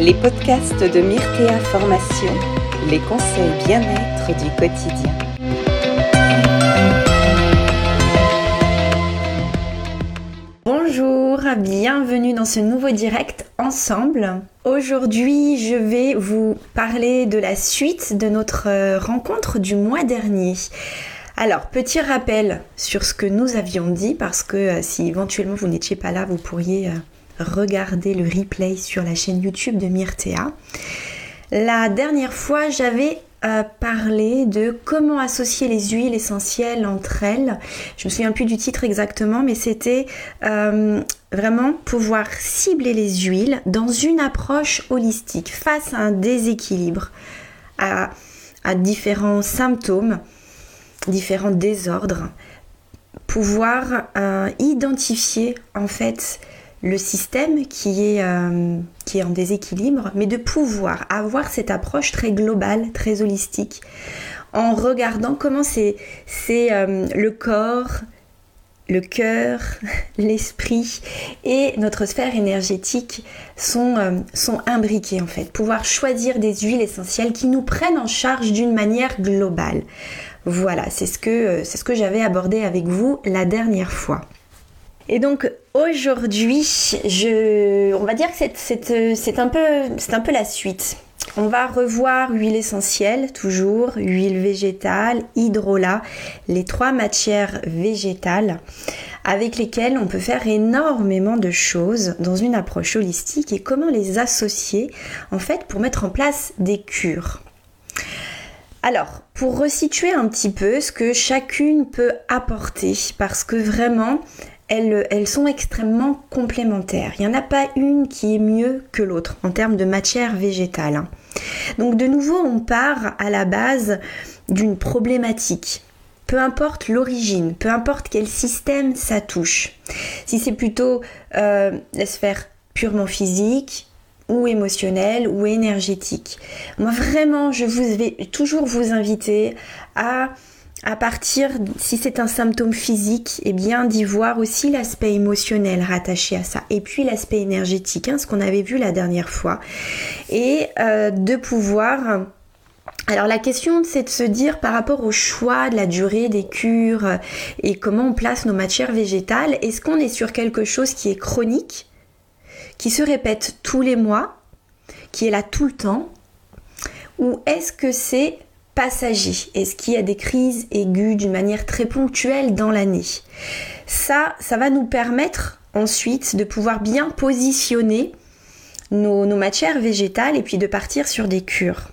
Les podcasts de Myrtea Formation, les conseils bien-être du quotidien. Bonjour, bienvenue dans ce nouveau direct ensemble. Aujourd'hui, je vais vous parler de la suite de notre rencontre du mois dernier. Alors, petit rappel sur ce que nous avions dit, parce que si éventuellement vous n'étiez pas là, vous pourriez regarder le replay sur la chaîne YouTube de Myrtea. La dernière fois, j'avais parlé de comment associer les huiles essentielles entre elles. Je me souviens plus du titre exactement, mais c'était vraiment pouvoir cibler les huiles dans une approche holistique face à un déséquilibre, à différents symptômes, différents désordres, pouvoir identifier en fait le système qui est en déséquilibre, mais de pouvoir avoir cette approche très globale, très holistique, en regardant comment c'est le corps, le cœur, l'esprit et notre sphère énergétique sont imbriqués en fait. Pouvoir choisir des huiles essentielles qui nous prennent en charge d'une manière globale. Voilà, c'est ce que j'avais abordé avec vous la dernière fois. Et donc aujourd'hui, on va dire que c'est un peu la suite. On va revoir huile essentielle, toujours, huile végétale, hydrolat, les 3 matières végétales avec lesquelles on peut faire énormément de choses dans une approche holistique et comment les associer en fait pour mettre en place des cures. Alors, pour resituer un petit peu ce que chacune peut apporter, parce que vraiment, elles sont extrêmement complémentaires. Il n'y en a pas une qui est mieux que l'autre en termes de matière végétale. Donc de nouveau, on part à la base d'une problématique. Peu importe l'origine, peu importe quel système ça touche. Si c'est plutôt la sphère purement physique, ou émotionnelle, ou énergétique. Moi vraiment, je vais toujours vous inviter à partir, si c'est un symptôme physique, eh bien d'y voir aussi l'aspect émotionnel rattaché à ça. Et puis l'aspect énergétique, ce qu'on avait vu la dernière fois. Et de pouvoir... Alors la question c'est de se dire par rapport au choix de la durée des cures et comment on place nos matières végétales, est-ce qu'on est sur quelque chose qui est chronique, qui se répète tous les mois, qui est là tout le temps, ou est-ce que c'est passager? Est-ce qu'il y a des crises aiguës d'une manière très ponctuelle dans l'année? Ça va nous permettre ensuite de pouvoir bien positionner nos matières végétales et puis de partir sur des cures.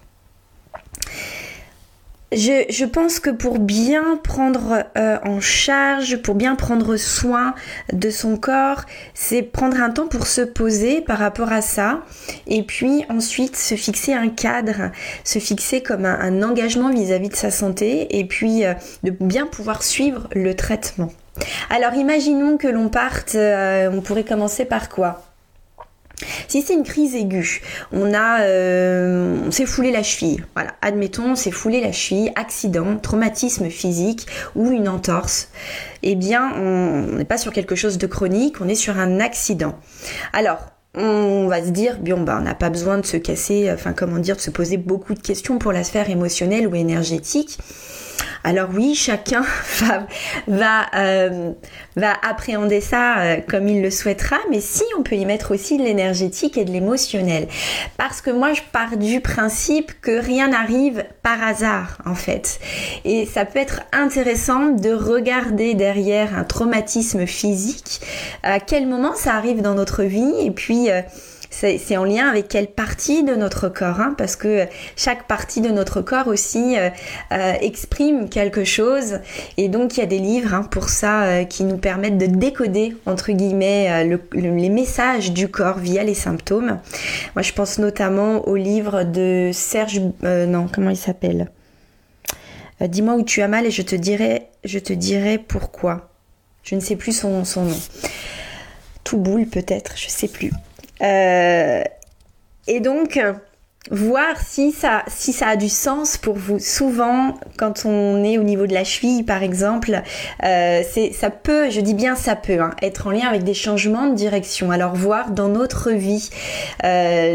Je pense que pour bien prendre en charge, pour bien prendre soin de son corps, c'est prendre un temps pour se poser par rapport à ça et puis ensuite se fixer un cadre, se fixer comme un engagement vis-à-vis de sa santé et puis de bien pouvoir suivre le traitement. Alors imaginons que l'on parte, on pourrait commencer par quoi ? Si c'est une crise aiguë, on s'est foulé la cheville, voilà, admettons, on s'est foulé la cheville, accident, traumatisme physique ou une entorse, eh bien, on n'est pas sur quelque chose de chronique, on est sur un accident. Alors, on va se dire, on n'a pas besoin de se casser, de se poser beaucoup de questions pour la sphère émotionnelle ou énergétique. Alors oui, chacun va appréhender ça comme il le souhaitera, mais si on peut y mettre aussi de l'énergétique et de l'émotionnel. Parce que moi, je pars du principe que rien n'arrive par hasard, en fait. Et ça peut être intéressant de regarder derrière un traumatisme physique, à quel moment ça arrive dans notre vie, et puis... C'est en lien avec quelle partie de notre corps, parce que chaque partie de notre corps aussi exprime quelque chose. Et donc, il y a des livres pour ça qui nous permettent de décoder, entre guillemets, les messages du corps via les symptômes. Moi, je pense notamment au livre de Serge... comment il s'appelle ? Dis-moi où tu as mal et je te dirai pourquoi. Je ne sais plus son nom. Tout boule peut-être, je ne sais plus. Et donc, voir si ça a du sens pour vous. Souvent, quand on est au niveau de la cheville, par exemple, ça peut, je dis bien ça peut, être en lien avec des changements de direction. Alors voir dans notre vie la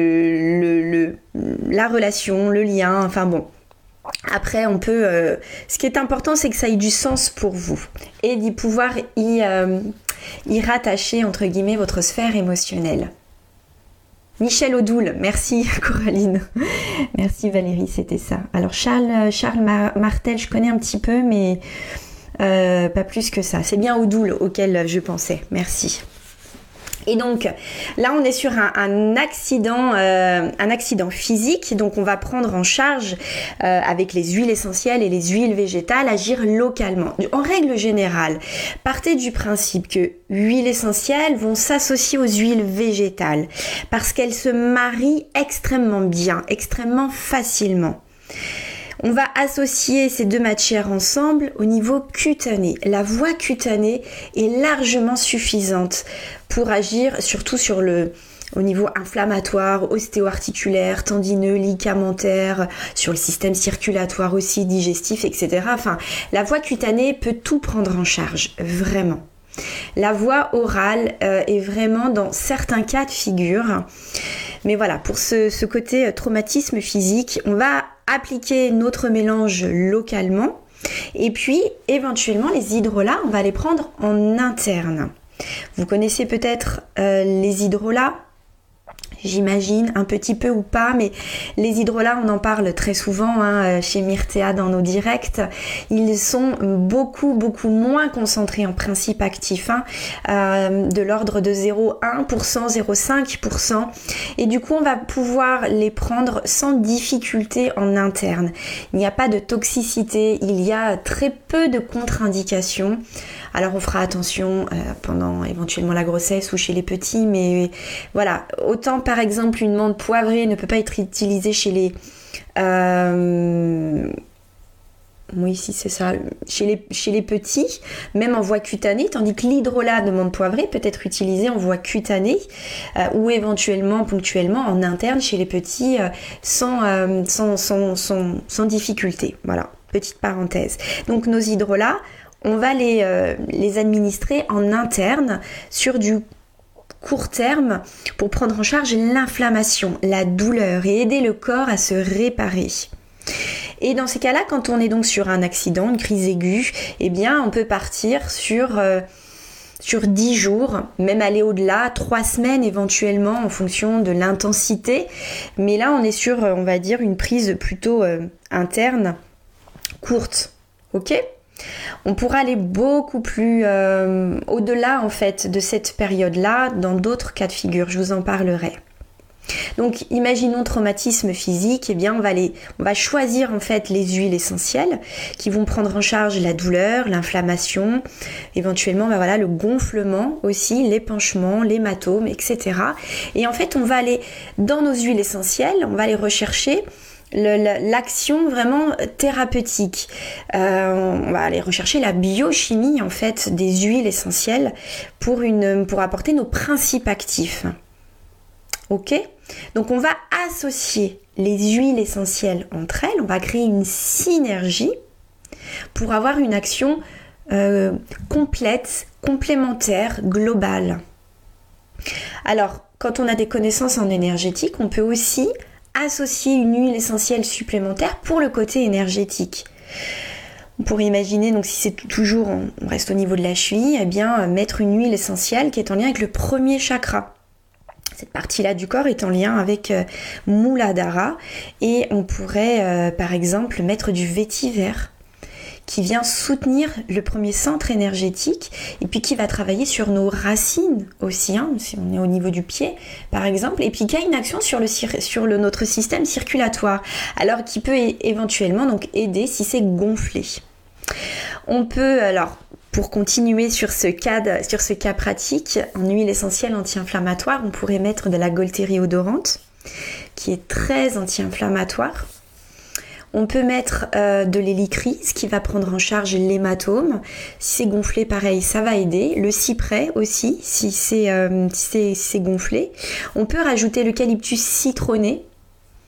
relation, le lien, enfin bon. Après, on peut. Ce qui est important, c'est que ça ait du sens pour vous et d'y pouvoir y rattacher entre guillemets votre sphère émotionnelle. Michel Audoul, merci Coraline. Merci Valérie, c'était ça. Alors Charles Martel, je connais un petit peu, mais pas plus que ça. C'est bien Audoul auquel je pensais. Merci. Et donc là on est sur un accident physique, donc on va prendre en charge avec les huiles essentielles et les huiles végétales, agir localement. En règle générale, partez du principe que huiles essentielles vont s'associer aux huiles végétales parce qu'elles se marient extrêmement bien, extrêmement facilement. On va associer ces deux matières ensemble au niveau cutané. La voie cutanée est largement suffisante pour agir surtout au niveau inflammatoire, ostéo-articulaire, tendineux, ligamentaire, sur le système circulatoire aussi, digestif, etc. Enfin, la voie cutanée peut tout prendre en charge, vraiment. La voie orale est vraiment dans certains cas de figure. Mais voilà, pour ce côté traumatisme physique, on va appliquer notre mélange localement. Et puis, éventuellement, les hydrolats, on va les prendre en interne. Vous connaissez peut-être les hydrolats, j'imagine, un petit peu ou pas, mais les hydrolats, on en parle très souvent chez Myrtea dans nos directs. Ils sont beaucoup moins concentrés en principe actif, de l'ordre de 0,1%, 0,5%. Et du coup, on va pouvoir les prendre sans difficulté en interne. Il n'y a pas de toxicité, il y a très peu de contre-indications. Alors on fera attention pendant éventuellement la grossesse ou chez les petits, mais voilà, autant par exemple une menthe poivrée ne peut pas être utilisée chez les... oui, si c'est ça, chez les petits, même en voie cutanée, tandis que l'hydrolat de menthe poivrée peut être utilisé en voie cutanée ou éventuellement, ponctuellement, en interne chez les petits sans difficulté. Voilà, petite parenthèse. Donc nos hydrolats, on va les administrer en interne sur du court terme pour prendre en charge l'inflammation, la douleur et aider le corps à se réparer. Et dans ces cas-là, quand on est donc sur un accident, une crise aiguë, eh bien on peut partir sur 10 jours, même aller au-delà, 3 semaines éventuellement en fonction de l'intensité. Mais là, on est sur, on va dire, une prise plutôt interne, courte. Ok ? On pourra aller beaucoup plus au-delà en fait de cette période-là dans d'autres cas de figure, je vous en parlerai. Donc imaginons traumatisme physique, eh bien on va choisir en fait les huiles essentielles qui vont prendre en charge la douleur, l'inflammation, éventuellement le gonflement aussi, l'épanchement, l'hématome, etc. Et en fait on va aller dans nos huiles essentielles, on va aller rechercher l'action vraiment thérapeutique. On va aller rechercher la biochimie en fait des huiles essentielles pour apporter nos principes actifs. Ok ? Donc on va associer les huiles essentielles entre elles, on va créer une synergie pour avoir une action complète, complémentaire, globale. Alors, quand on a des connaissances en énergétique, on peut aussi associer une huile essentielle supplémentaire pour le côté énergétique. On pourrait imaginer, donc si c'est toujours, on reste au niveau de la cheville, eh bien mettre une huile essentielle qui est en lien avec le premier chakra. Cette partie-là du corps est en lien avec Muladhara et on pourrait par exemple mettre du vétiver qui vient soutenir le premier centre énergétique et puis qui va travailler sur nos racines aussi, si on est au niveau du pied par exemple, et puis qui a une action sur notre système circulatoire, alors qui peut éventuellement donc aider si c'est gonflé. On peut alors, pour continuer sur ce cas pratique, en huile essentielle anti-inflammatoire, on pourrait mettre de la Golterie odorante qui est très anti-inflammatoire. On peut mettre de l'hélicryse qui va prendre en charge l'hématome. Si c'est gonflé, pareil, ça va aider. Le cyprès aussi, si c'est gonflé. On peut rajouter l'eucalyptus citronné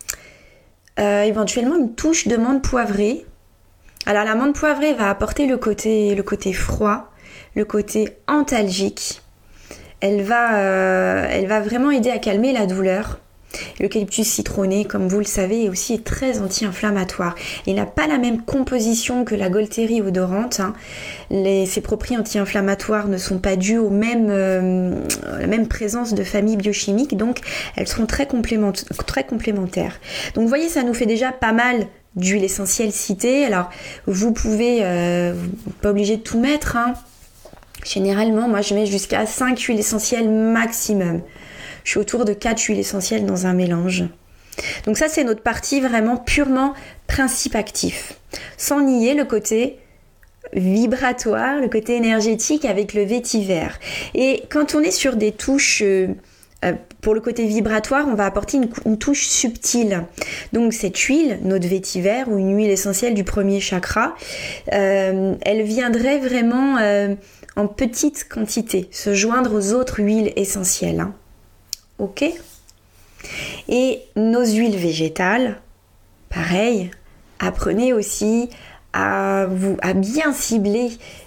éventuellement une touche de menthe poivrée. Alors la menthe poivrée va apporter le côté froid, le côté antalgique. Elle va vraiment aider à calmer la douleur. L'eucalyptus citronné, comme vous le savez, est aussi très anti-inflammatoire. Il n'a pas la même composition que la Gaultérie odorante. Ses propriétés anti-inflammatoires ne sont pas dues la même présence de familles biochimiques, donc elles seront très complémentaires. Donc vous voyez, ça nous fait déjà pas mal d'huile essentielle citée. Alors vous pouvez, pas obligé de tout mettre. Généralement, moi je mets jusqu'à 5 huiles essentielles maximum. Je suis autour de 4 huiles essentielles dans un mélange. Donc ça, c'est notre partie vraiment purement principe actif. Sans nier le côté vibratoire, le côté énergétique avec le vétiver. Et quand on est sur des touches, pour le côté vibratoire, on va apporter une touche subtile. Donc cette huile, notre vétiver ou une huile essentielle du premier chakra, elle viendrait vraiment en petite quantité, se joindre aux autres huiles essentielles. Ok. Et nos huiles végétales, pareil, apprenez aussi à bien cibler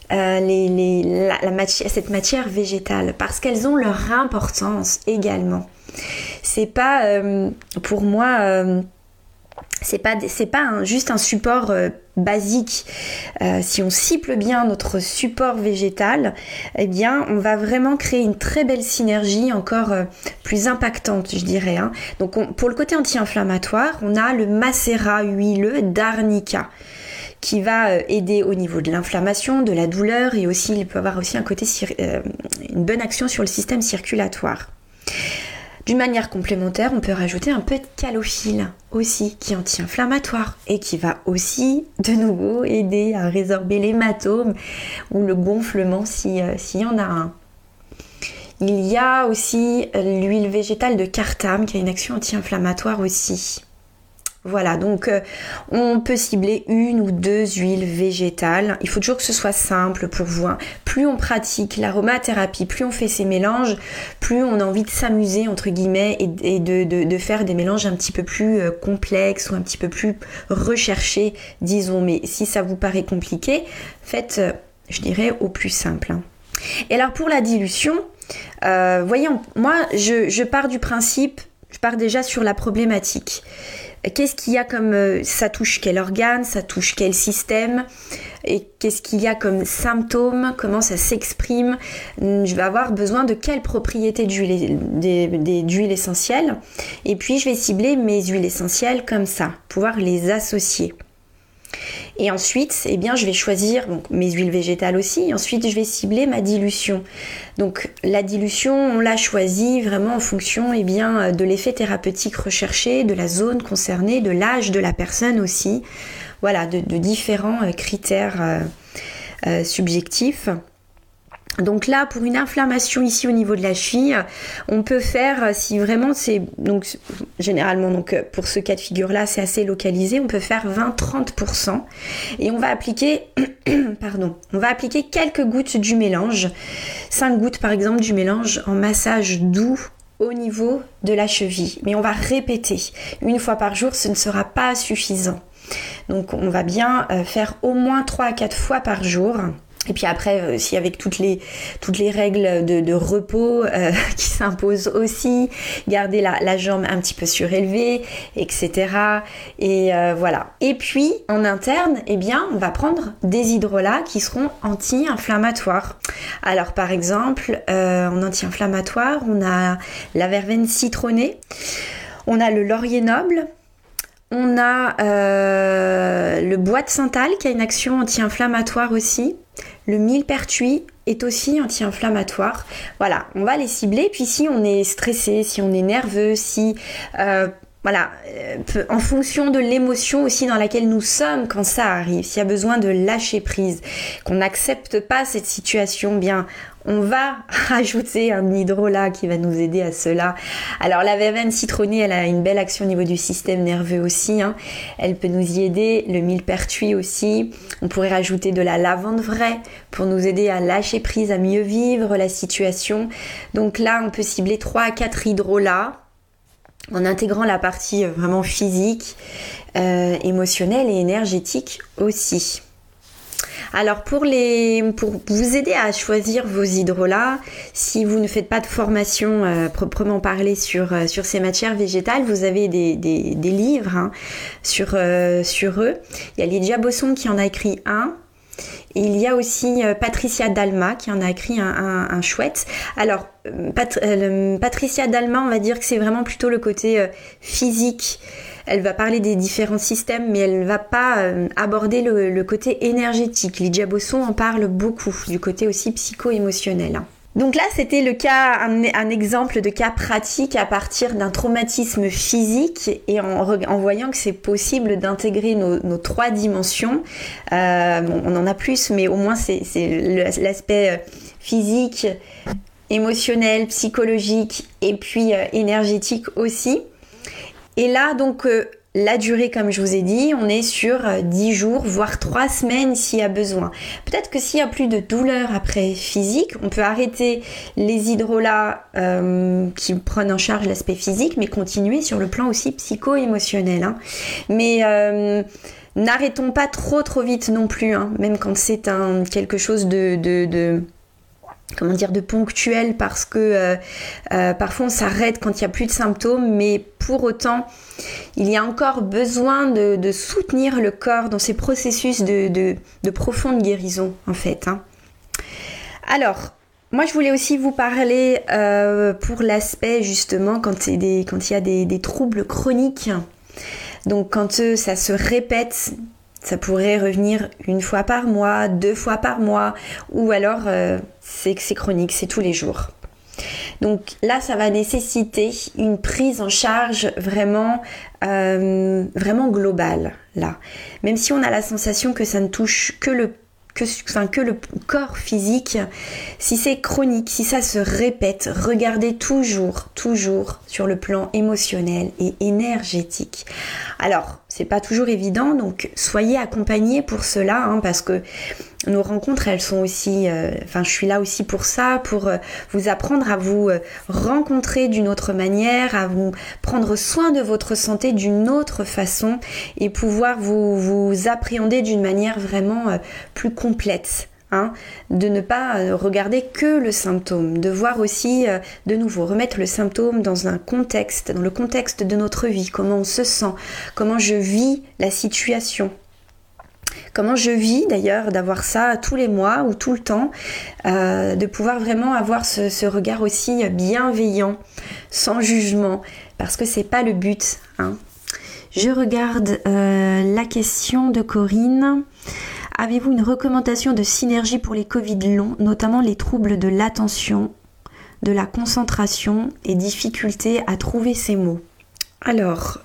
cette matière végétale parce qu'elles ont leur importance également. C'est pas pour moi c'est pas juste un support basique. Si on cible bien notre support végétal, eh bien on va vraiment créer une très belle synergie encore plus impactante, je dirais. Donc pour le côté anti-inflammatoire, on a le macérat huileux d'arnica qui va aider au niveau de l'inflammation, de la douleur et aussi il peut avoir aussi un côté une bonne action sur le système circulatoire. D'une manière complémentaire, on peut rajouter un peu de calophylle aussi, qui est anti-inflammatoire et qui va aussi, de nouveau, aider à résorber l'hématome ou le gonflement s'il y en a un. Il y a aussi l'huile végétale de cartame qui a une action anti-inflammatoire aussi. Voilà, donc on peut cibler 1 ou 2 huiles végétales. Il faut toujours que ce soit simple pour vous. Plus on pratique l'aromathérapie, plus on fait ces mélanges, plus on a envie de s'amuser, entre guillemets, et de faire des mélanges un petit peu plus complexes ou un petit peu plus recherchés, disons. Mais si ça vous paraît compliqué, faites, je dirais, au plus simple. Et alors pour la dilution, voyez, moi je pars du principe, je pars déjà sur la problématique. Qu'est-ce qu'il y a comme... ça touche quel organe, ça touche quel système, et qu'est-ce qu'il y a comme symptômes, comment ça s'exprime. Je vais avoir besoin de quelles propriétés d'huile essentielle. Et puis, je vais cibler mes huiles essentielles comme ça, pouvoir les associer. Et ensuite, eh bien, je vais choisir mes huiles végétales aussi. Et ensuite, je vais cibler ma dilution. Donc, la dilution, on l'a choisie vraiment en fonction de l'effet thérapeutique recherché, de la zone concernée, de l'âge de la personne aussi. Voilà, de différents critères subjectifs. Donc là, pour une inflammation ici au niveau de la cheville, on peut faire, si vraiment c'est... Donc généralement, pour ce cas de figure-là, c'est assez localisé, on peut faire 20-30%. Et on va appliquer, on va appliquer quelques gouttes du mélange. 5 gouttes par exemple du mélange en massage doux au niveau de la cheville. Mais on va répéter. 1 fois par jour, ce ne sera pas suffisant. Donc on va bien faire au moins 3 à 4 fois par jour. Et puis après, si avec toutes les règles de repos qui s'imposent aussi, garder la jambe un petit peu surélevée, etc. Et voilà. Et puis, en interne, eh bien, on va prendre des hydrolats qui seront anti-inflammatoires. Alors, par exemple, en anti-inflammatoire, on a la verveine citronnée, on a le laurier noble, on a le bois de santal qui a une action anti-inflammatoire aussi. Le millepertuis est aussi anti-inflammatoire. Voilà, on va les cibler. Puis si on est stressé, si on est nerveux, si... en fonction de l'émotion aussi dans laquelle nous sommes quand ça arrive, s'il y a besoin de lâcher prise, qu'on n'accepte pas cette situation, bien on va rajouter un hydrolat qui va nous aider à cela. Alors la verveine citronnée, elle a une belle action au niveau du système nerveux aussi, elle peut nous y aider, le millepertuis aussi. On pourrait rajouter de la lavande vraie pour nous aider à lâcher prise, à mieux vivre la situation. Donc là, on peut cibler 3 à 4 hydrolats. en intégrant la partie vraiment physique, émotionnelle et énergétique aussi. Alors pour vous aider à choisir vos hydrolats, si vous ne faites pas de formation proprement parlée sur ces matières végétales, vous avez des livres sur eux. Il y a Lydia Bosson qui en a écrit un. Et il y a aussi Patricia Dalma qui en a écrit un chouette. Alors, Patricia Dalma, on va dire que c'est vraiment plutôt le côté physique. Elle va parler des différents systèmes, mais elle ne va pas aborder le côté énergétique. Lydia Bosson en parle beaucoup, du côté aussi psycho-émotionnel. Donc là, c'était le cas, un exemple de cas pratique à partir d'un traumatisme physique et en voyant que c'est possible d'intégrer nos 3 dimensions. On en a plus, mais au moins c'est l'aspect physique, émotionnel, psychologique et puis énergétique aussi. Et là, donc, la durée, comme je vous ai dit, on est sur 10 jours, voire 3 semaines s'il y a besoin. Peut-être que s'il y a plus de douleur après physique, on peut arrêter les hydrolats qui prennent en charge l'aspect physique, mais continuer sur le plan aussi psycho-émotionnel. Mais n'arrêtons pas trop vite non plus, même quand c'est quelque chose de ponctuel, parce que parfois on s'arrête quand il n'y a plus de symptômes, mais pour autant il y a encore besoin de soutenir le corps dans ces processus de profonde guérison en fait. Alors moi je voulais aussi vous parler pour l'aspect justement quand il y a des troubles chroniques, donc quand ça se répète. Ça pourrait revenir 1 fois par mois, 2 fois par mois, ou alors c'est chronique, c'est tous les jours. Donc là, ça va nécessiter une prise en charge vraiment globale. Là. Même si on a la sensation que ça ne touche que le corps physique, si c'est chronique, si ça se répète, regardez toujours sur le plan émotionnel et énergétique. Alors, c'est pas toujours évident, donc soyez accompagnés pour cela, parce que nos rencontres, elles sont aussi, je suis là aussi pour ça, pour vous apprendre à vous rencontrer d'une autre manière, à vous prendre soin de votre santé d'une autre façon et pouvoir vous appréhender d'une manière vraiment plus complète. De ne pas regarder que le symptôme, de voir aussi de nouveau remettre le symptôme dans le contexte de notre vie, comment on se sent, comment je vis la situation. Comment je vis d'ailleurs d'avoir ça tous les mois ou tout le temps, de pouvoir vraiment avoir ce regard aussi bienveillant, sans jugement, parce que c'est pas le but. Je regarde la question de Corinne. Avez-vous une recommandation de synergie pour les Covid longs, notamment les troubles de l'attention, de la concentration et difficultés à trouver ces mots? Alors,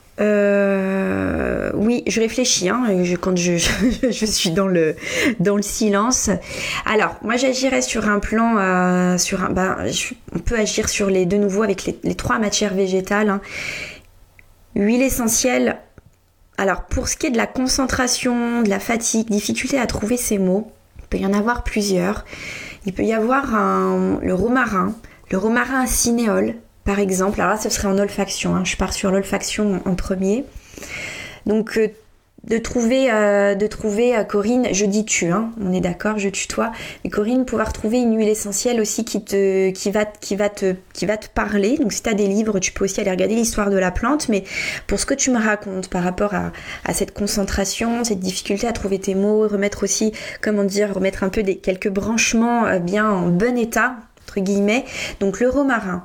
oui, je réfléchis quand je suis dans le silence. Alors, moi j'agirais sur un plan, on peut agir de nouveau avec les 3 matières végétales. Huile essentielle. Alors, pour ce qui est de la concentration, de la fatigue, difficulté à trouver ces mots, il peut y en avoir plusieurs. Il peut y avoir le romarin à cinéole, par exemple. Alors là, ce serait en olfaction. Je pars sur l'olfaction en premier. Donc, de trouver Corinne, je dis tu, on est d'accord, je tutoie, mais Corinne, pouvoir trouver une huile essentielle aussi qui va te parler. Donc si tu as des livres, tu peux aussi aller regarder l'histoire de la plante, mais pour ce que tu me racontes par rapport à cette concentration, cette difficulté à trouver tes mots, remettre un peu quelques branchements bien en bon état, entre guillemets. Donc le romarin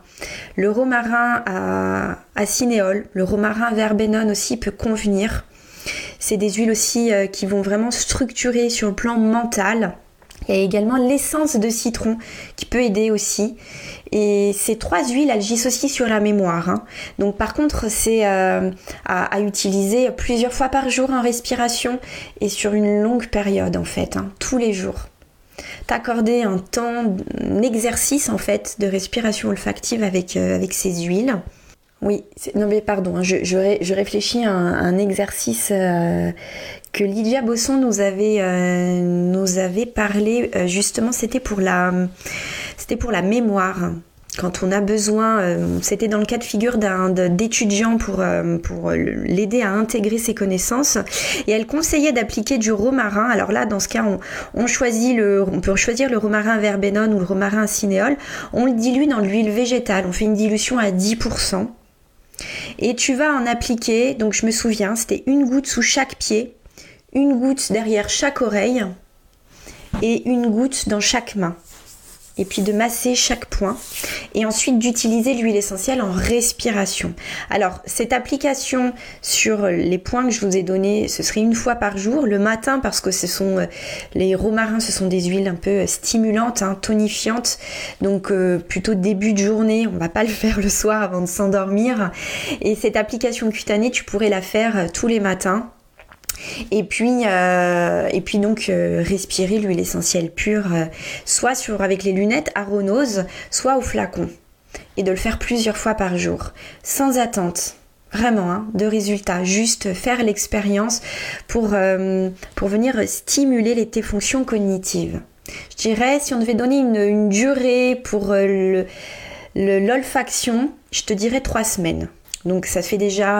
à cinéole, le romarin à verbenone aussi peut convenir. C'est des huiles aussi qui vont vraiment structurer sur le plan mental. Il y a également l'essence de citron qui peut aider aussi. Et ces 3 huiles, elles agissent aussi sur la mémoire. Donc par contre, c'est à utiliser plusieurs fois par jour en respiration et sur une longue période en fait, tous les jours. T'accorder un exercice en fait de respiration olfactive avec ces huiles. Oui, je réfléchis à un exercice que Lydia Bosson nous avait parlé, justement c'était pour la mémoire. quand on a besoin, c'était dans le cas de figure d'étudiant pour l'aider à intégrer ses connaissances, et elle conseillait d'appliquer du romarin. Alors là, dans ce cas, on peut choisir le romarin verbenone ou le romarin à cinéole. On le dilue dans l'huile végétale, on fait une dilution à 10%, et tu vas en appliquer, donc je me souviens, c'était une goutte sous chaque pied, une goutte derrière chaque oreille, et une goutte dans chaque main. Et puis de masser chaque point, et ensuite d'utiliser l'huile essentielle en respiration. Alors, cette application sur les points que je vous ai donnés, ce serait une fois par jour, le matin, parce que les romarins, ce sont des huiles un peu stimulantes, tonifiantes, donc plutôt début de journée, on va pas le faire le soir avant de s'endormir. Et cette application cutanée, tu pourrais la faire tous les matins. Et puis donc respirer l'huile essentielle pure, soit avec les lunettes Aronose, soit au flacon, et de le faire plusieurs fois par jour, sans attente, vraiment, de résultats, juste faire l'expérience pour venir stimuler tes fonctions cognitives. Je dirais, si on devait donner une durée pour l'olfaction, je te dirais 3 semaines. Donc ça te fait déjà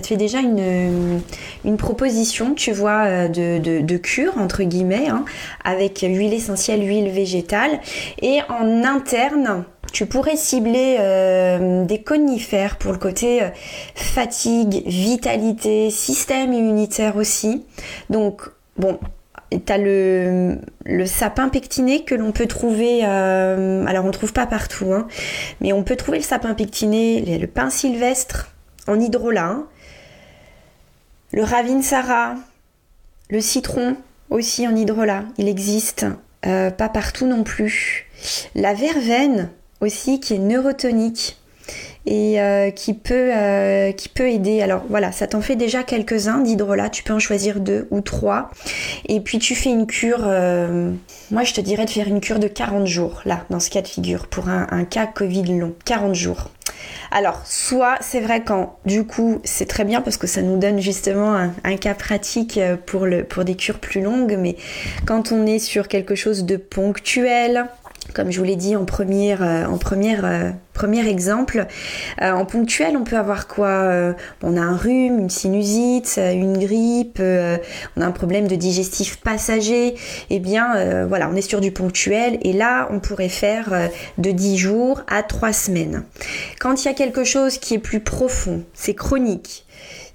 une proposition, tu vois, de cure, entre guillemets, avec huile essentielle, huile végétale. Et en interne, tu pourrais cibler des conifères pour le côté fatigue, vitalité, système immunitaire aussi. Donc, bon, t'as le sapin pectiné que l'on peut trouver, alors on ne trouve pas partout, mais on peut trouver le sapin pectiné, le pin sylvestre en hydrolat, le ravinsara, le citron aussi en hydrolat, il existe, pas partout non plus. La verveine aussi qui est neurotonique et qui peut aider. Alors voilà, ça t'en fait déjà quelques-uns d'hydrolat, tu peux en choisir 2 ou 3, et puis tu fais une cure, moi je te dirais de faire une cure de 40 jours là, dans ce cas de figure, pour un cas Covid long, 40 jours. Alors, soit c'est vrai quand du coup c'est très bien parce que ça nous donne justement un cas pratique pour des cures plus longues, mais quand on est sur quelque chose de ponctuel, comme je vous l'ai dit en premier exemple, en ponctuel, on peut avoir quoi ? On a un rhume, une sinusite, une grippe, on a un problème de digestif passager. Eh bien, voilà, on est sur du ponctuel. Et là, on pourrait faire de 10 jours à 3 semaines. Quand il y a quelque chose qui est plus profond, c'est chronique,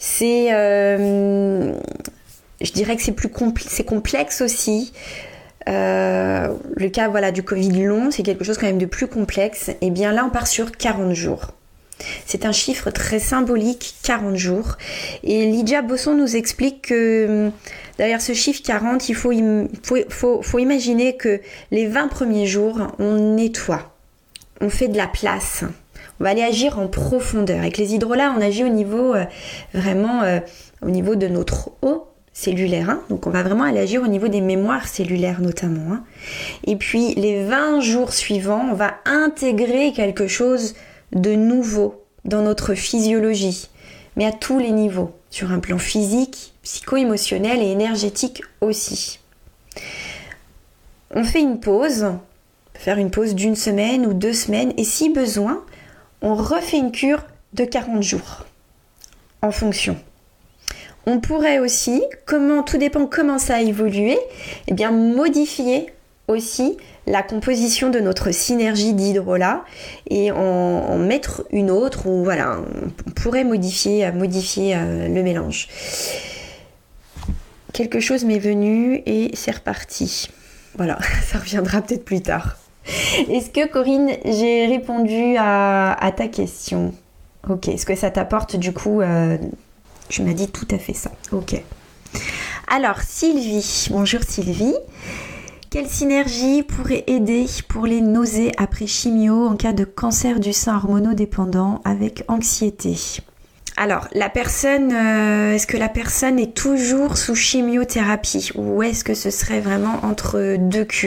je dirais que c'est complexe aussi. Le cas du Covid long, c'est quelque chose quand même de plus complexe. Et bien là, on part sur 40 jours. C'est un chiffre très symbolique, 40 jours. Et Lydia Bosson nous explique que derrière ce chiffre 40, il faut imaginer que les 20 premiers jours, on nettoie, on fait de la place. On va aller agir en profondeur. Avec les hydrolats, on agit au niveau au niveau de notre eau cellulaire, donc on va vraiment aller agir au niveau des mémoires cellulaires notamment. Et puis les 20 jours suivants, on va intégrer quelque chose de nouveau dans notre physiologie, mais à tous les niveaux, sur un plan physique, psycho-émotionnel et énergétique aussi. On fait une pause, on peut faire une pause d'1 semaine ou 2 semaines, et si besoin, on refait une cure de 40 jours en fonction. On pourrait aussi, tout dépend comment ça a évolué, eh bien modifier aussi la composition de notre synergie d'hydrolat et en mettre une autre, ou voilà, on pourrait modifier le mélange. Quelque chose m'est venu et c'est reparti. Voilà, ça reviendra peut-être plus tard. Est-ce que Corinne, j'ai répondu à ta question ? Ok, est-ce que ça t'apporte du coup Tu m'as dit tout à fait ça. Ok. Alors, Sylvie. Bonjour Sylvie. Quelle synergie pourrait aider pour les nausées après chimio en cas de cancer du sein hormonodépendant avec anxiété ? Alors, est-ce que la personne est toujours sous chimiothérapie ou est-ce que ce serait vraiment entre 2 cures ?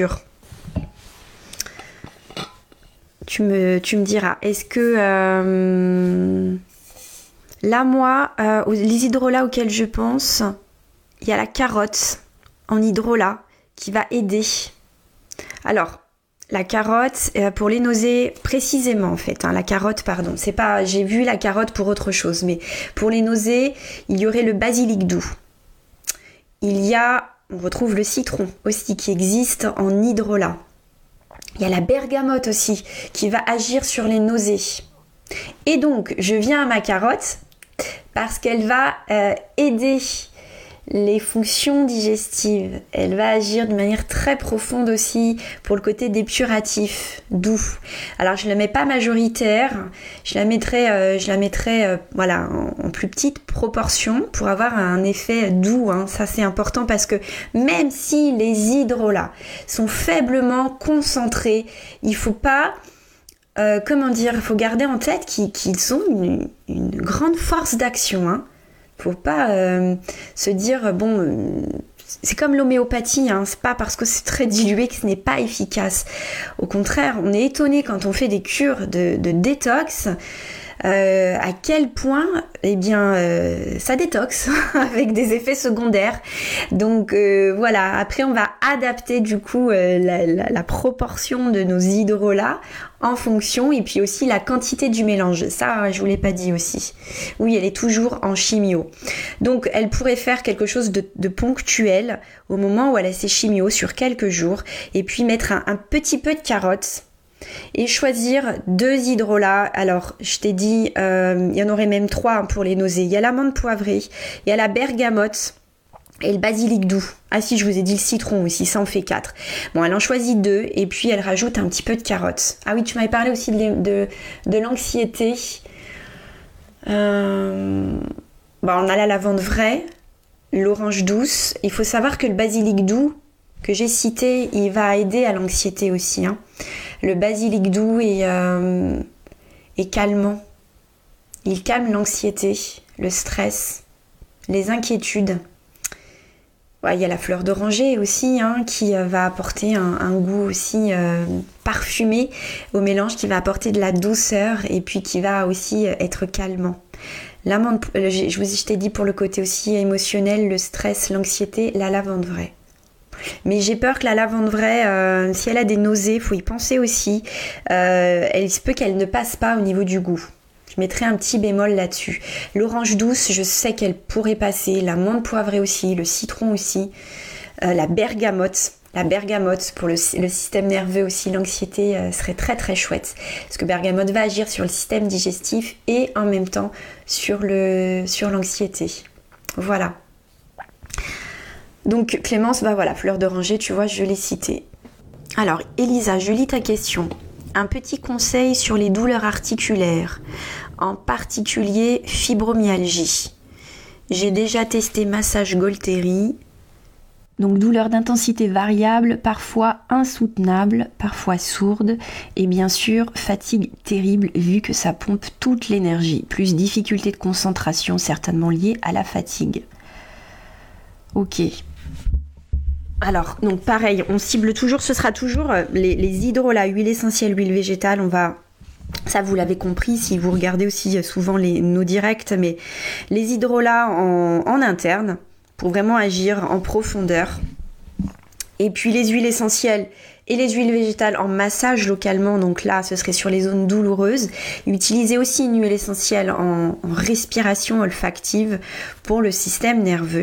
Tu me diras. Est-ce que... Là, moi, les hydrolats auxquels je pense, il y a la carotte en hydrolat qui va aider. Alors, La carotte, pour les nausées, précisément en fait, la carotte, pardon, c'est pas, j'ai vu la carotte pour autre chose, mais pour les nausées, il y aurait le basilic doux. On retrouve le citron aussi qui existe en hydrolat. Il y a la bergamote aussi qui va agir sur les nausées. Et donc, je viens à ma carotte parce qu'elle va aider les fonctions digestives. Elle va agir de manière très profonde aussi pour le côté dépuratif, doux. Alors je ne la mets pas majoritaire, je la mettrai voilà, en plus petite proportion pour avoir un effet doux. Ça c'est important parce que même si les hydrolats sont faiblement concentrés, il faut pas... il faut garder en tête qu'ils ont une grande force d'action. Faut pas se dire, c'est comme l'homéopathie, c'est pas parce que c'est très dilué que ce n'est pas efficace. Au contraire, on est étonné quand on fait des cures de détox, à quel point, ça détoxe avec des effets secondaires. Donc voilà, après on va adapter du coup la proportion de nos hydrolats en fonction, et puis aussi la quantité du mélange. Ça, je vous l'ai pas dit aussi. Oui, elle est toujours en chimio. Donc, elle pourrait faire quelque chose de ponctuel au moment où elle a ses chimios sur quelques jours, et puis mettre un petit peu de carotte et choisir 2 hydrolats. Alors, je t'ai dit, il y en aurait même 3 pour les nausées. Il y a l'amande poivrée, il y a la bergamote, et le basilic doux. Ah si, je vous ai dit le citron aussi, ça en fait 4. Bon, elle en choisit 2 et puis elle rajoute un petit peu de carotte. Ah oui, tu m'avais parlé aussi de l'anxiété. On a la lavande vraie, l'orange douce. Il faut savoir que le basilic doux que j'ai cité, il va aider à l'anxiété aussi. Le basilic doux est calmant. Il calme l'anxiété, le stress, les inquiétudes. Ouais, il y a la fleur d'oranger aussi qui va apporter un goût aussi parfumé au mélange, qui va apporter de la douceur et puis qui va aussi être calmant. L'amande, je t'ai dit pour le côté aussi émotionnel, le stress, l'anxiété, la lavande vraie. Mais j'ai peur que la lavande vraie, si elle a des nausées, il faut y penser aussi. Il se peut qu'elle ne passe pas au niveau du goût. Je mettrai un petit bémol là-dessus. L'orange douce, je sais qu'elle pourrait passer. La menthe poivrée aussi, le citron aussi. La bergamote pour le système nerveux aussi. L'anxiété serait très très chouette. Parce que bergamote va agir sur le système digestif et en même temps sur l'anxiété. Voilà. Donc Clémence, fleur d'oranger, tu vois, je l'ai citée. Alors Elisa, je lis ta question. Un petit conseil sur les douleurs articulaires, en particulier fibromyalgie. J'ai déjà testé massage Golteri. Donc douleur d'intensité variable, parfois insoutenable, parfois sourde, et bien sûr fatigue terrible vu que ça pompe toute l'énergie, plus difficulté de concentration certainement liée à la fatigue. Ok. Alors, donc pareil, on cible toujours, ce sera toujours les hydrolats, huile essentielle, huile végétale, ça vous l'avez compris si vous regardez aussi souvent nos directs, mais les hydrolats en interne, pour vraiment agir en profondeur. Et puis les huiles essentielles et les huiles végétales en massage localement, donc là ce serait sur les zones douloureuses. Utilisez aussi une huile essentielle en respiration olfactive pour le système nerveux.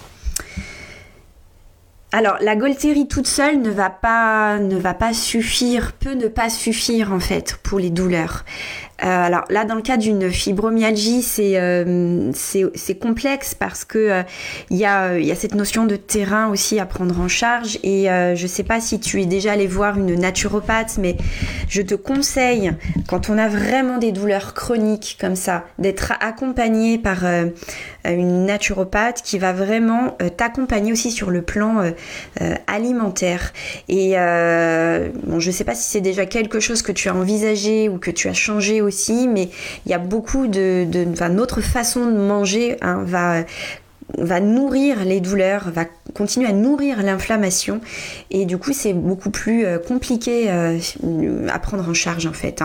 Alors, la Golteri toute seule ne va pas suffire, peut ne pas suffire en fait pour les douleurs. Alors là, dans le cas d'une fibromyalgie, c'est complexe parce que il y a cette notion de terrain aussi à prendre en charge. Et je sais pas si tu es déjà allé voir une naturopathe, mais je te conseille, quand on a vraiment des douleurs chroniques comme ça, d'être accompagné par une naturopathe qui va vraiment t'accompagner aussi sur le plan alimentaire. Et je sais pas si c'est déjà quelque chose que tu as envisagé ou que tu as changé aussi, mais il y a beaucoup notre façon de manger va nourrir les douleurs, va continuer à nourrir l'inflammation, et du coup c'est beaucoup plus compliqué à prendre en charge en fait.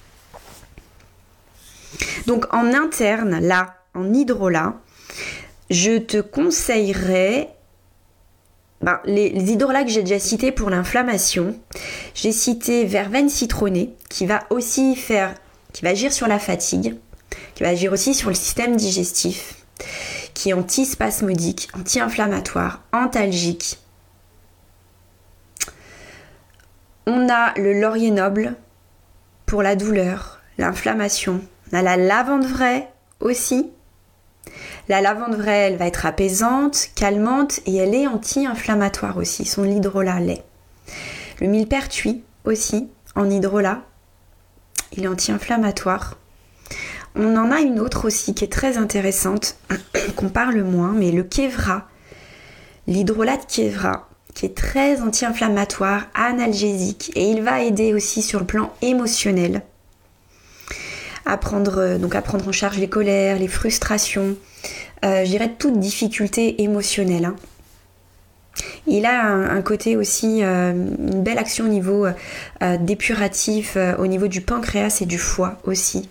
Donc en interne, là, en hydrolat, je te conseillerais les hydrolats que j'ai déjà cités pour l'inflammation, j'ai cité verveine citronnée qui va agir sur la fatigue, qui va agir aussi sur le système digestif, qui est antispasmodique, anti-inflammatoire, antalgique. On a le laurier noble pour la douleur, l'inflammation. On a la lavande vraie aussi. La lavande vraie, elle va être apaisante, calmante et elle est anti-inflammatoire aussi. Son hydrolat l'est. Le millepertuis aussi, en hydrolat, il est anti-inflammatoire. On en a une autre aussi qui est très intéressante, qu'on parle moins, mais le kévra. L'hydrolat de kévra, qui est très anti-inflammatoire, analgésique, et il va aider aussi sur le plan émotionnel à prendre en charge les colères, les frustrations, je dirais toute difficulté émotionnelle. Il a un côté aussi, une belle action au niveau dépuratif, au niveau du pancréas et du foie aussi.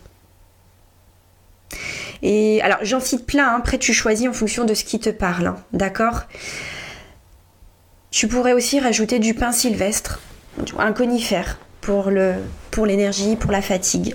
Et alors j'en cite plein, après tu choisis en fonction de ce qui te parle, d'accord ? Tu pourrais aussi rajouter du pin sylvestre, un conifère pour l'énergie, pour la fatigue.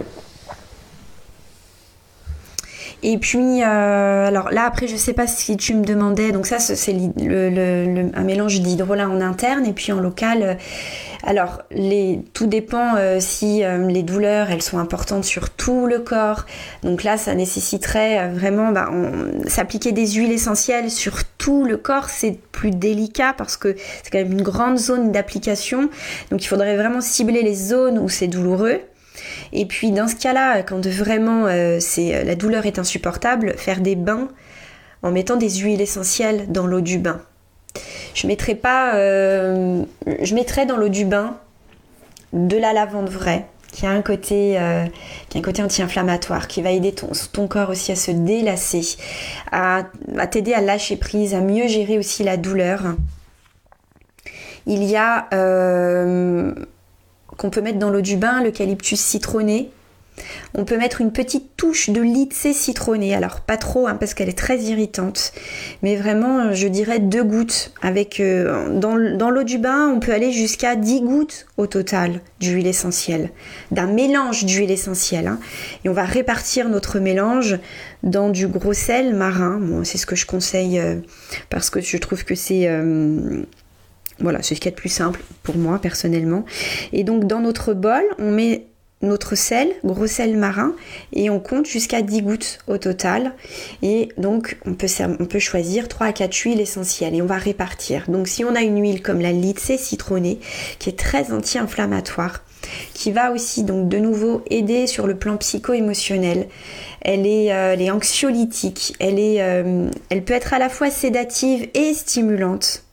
Et puis, alors là après je sais pas si tu me demandais, donc ça c'est un mélange d'hydrolat en interne et puis en local. Alors tout dépend si les douleurs elles sont importantes sur tout le corps. Donc là ça nécessiterait vraiment s'appliquer des huiles essentielles sur tout le corps. C'est plus délicat parce que c'est quand même une grande zone d'application. Donc il faudrait vraiment cibler les zones où c'est douloureux. Et puis dans ce cas-là, quand vraiment la douleur est insupportable, faire des bains en mettant des huiles essentielles dans l'eau du bain. Je mettrais dans l'eau du bain de la lavande vraie, qui a un côté anti-inflammatoire, qui va aider ton corps aussi à se délasser, à t'aider à lâcher prise, à mieux gérer aussi la douleur. Il y a qu'on peut mettre dans l'eau du bain, l'eucalyptus citronné. On peut mettre une petite touche de lycée citronné, alors pas trop parce qu'elle est très irritante, mais vraiment je dirais 2 gouttes. Dans l'eau du bain, on peut aller jusqu'à 10 gouttes au total d'huile essentielle, d'un mélange d'huile essentielle. Et on va répartir notre mélange dans du gros sel marin. Bon, c'est ce que je conseille parce que je trouve que c'est ce qu'il y a de plus simple pour moi personnellement. Et donc dans notre bol, on met notre sel, gros sel marin, et on compte jusqu'à 10 gouttes au total. Et donc on peut choisir 3 à 4 huiles essentielles et on va répartir. Donc si on a une huile comme la lycée citronnée, qui est très anti-inflammatoire, qui va aussi donc de nouveau aider sur le plan psycho-émotionnel. Elle est anxiolytique, elle peut être à la fois sédative et stimulante.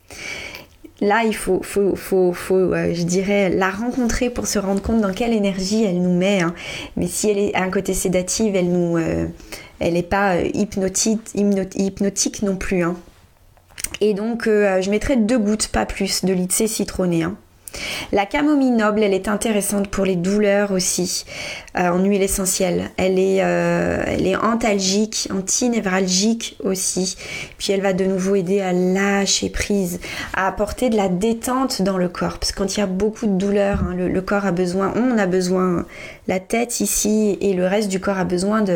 Là, il faut je dirais, la rencontrer pour se rendre compte dans quelle énergie elle nous met. Mais si elle est à un côté sédative, elle n'est pas hypnotique non plus. Et donc, je mettrai 2 gouttes, pas plus, de lycée citronné. La camomille noble, elle est intéressante pour les douleurs aussi, en huile essentielle. Elle est antalgique, antinévralgique aussi. Puis elle va de nouveau aider à lâcher prise, à apporter de la détente dans le corps. Parce que quand il y a beaucoup de douleurs, le corps a besoin, la tête ici et le reste du corps a besoin de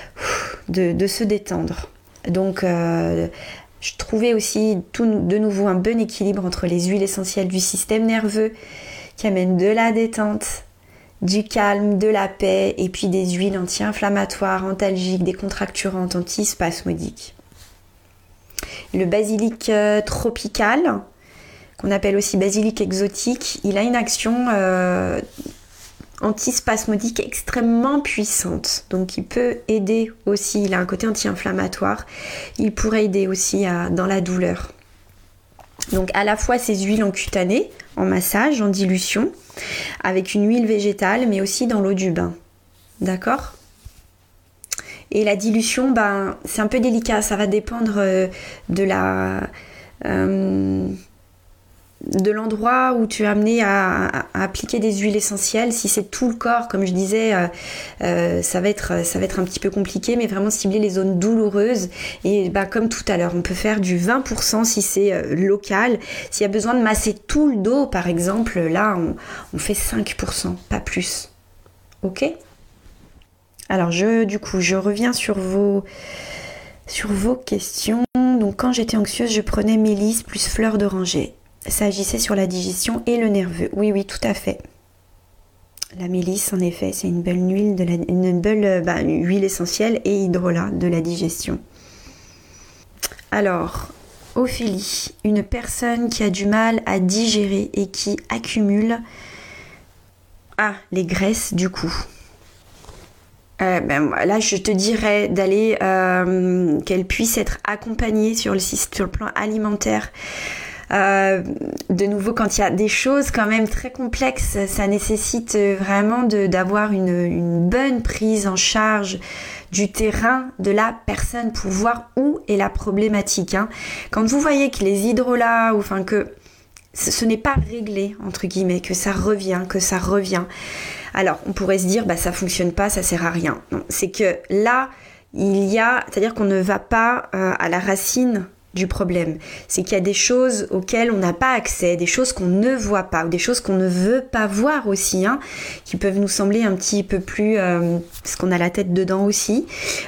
se détendre. Donc je trouvais aussi de nouveau un bon équilibre entre les huiles essentielles du système nerveux qui amènent de la détente, du calme, de la paix et puis des huiles anti-inflammatoires, antalgiques, décontracturantes, antispasmodiques. Le basilic tropical, qu'on appelle aussi basilic exotique, il a une action antispasmodique extrêmement puissante, donc il peut aider aussi, il a un côté anti-inflammatoire, il pourrait aider aussi dans la douleur. Donc à la fois ces huiles en cutané, en massage, en dilution, avec une huile végétale, mais aussi dans l'eau du bain, d'accord ? Et la dilution, c'est un peu délicat, ça va dépendre de de l'endroit où tu es amené à appliquer des huiles essentielles. Si c'est tout le corps, comme je disais, ça va être un petit peu compliqué, mais vraiment cibler les zones douloureuses. Et comme tout à l'heure, on peut faire du 20% si c'est local. S'il y a besoin de masser tout le dos, par exemple, là, on fait 5%, pas plus. Ok ? Alors, je reviens sur vos questions. Donc, quand j'étais anxieuse, je prenais mélisse plus fleur d'oranger. Ça agissait sur la digestion et le nerveux. Oui, tout à fait. La mélisse, en effet, c'est une belle huile essentielle et hydrolat de la digestion. Alors, Ophélie, une personne qui a du mal à digérer et qui accumule les graisses du cou. Là, je te dirais d'aller qu'elle puisse être accompagnée sur le plan alimentaire. De nouveau, quand il y a des choses quand même très complexes, ça nécessite vraiment d'avoir une bonne prise en charge du terrain de la personne pour voir où est la problématique. Quand vous voyez que les hydrolats, que ce n'est pas réglé, entre guillemets, que ça revient, alors on pourrait se dire, ça fonctionne pas, ça sert à rien. Non, c'est que là, c'est-à-dire qu'on ne va pas à la racine du problème. C'est qu'il y a des choses auxquelles on n'a pas accès, des choses qu'on ne voit pas, ou des choses qu'on ne veut pas voir aussi, qui peuvent nous sembler un petit peu plus... parce qu'on a la tête dedans aussi.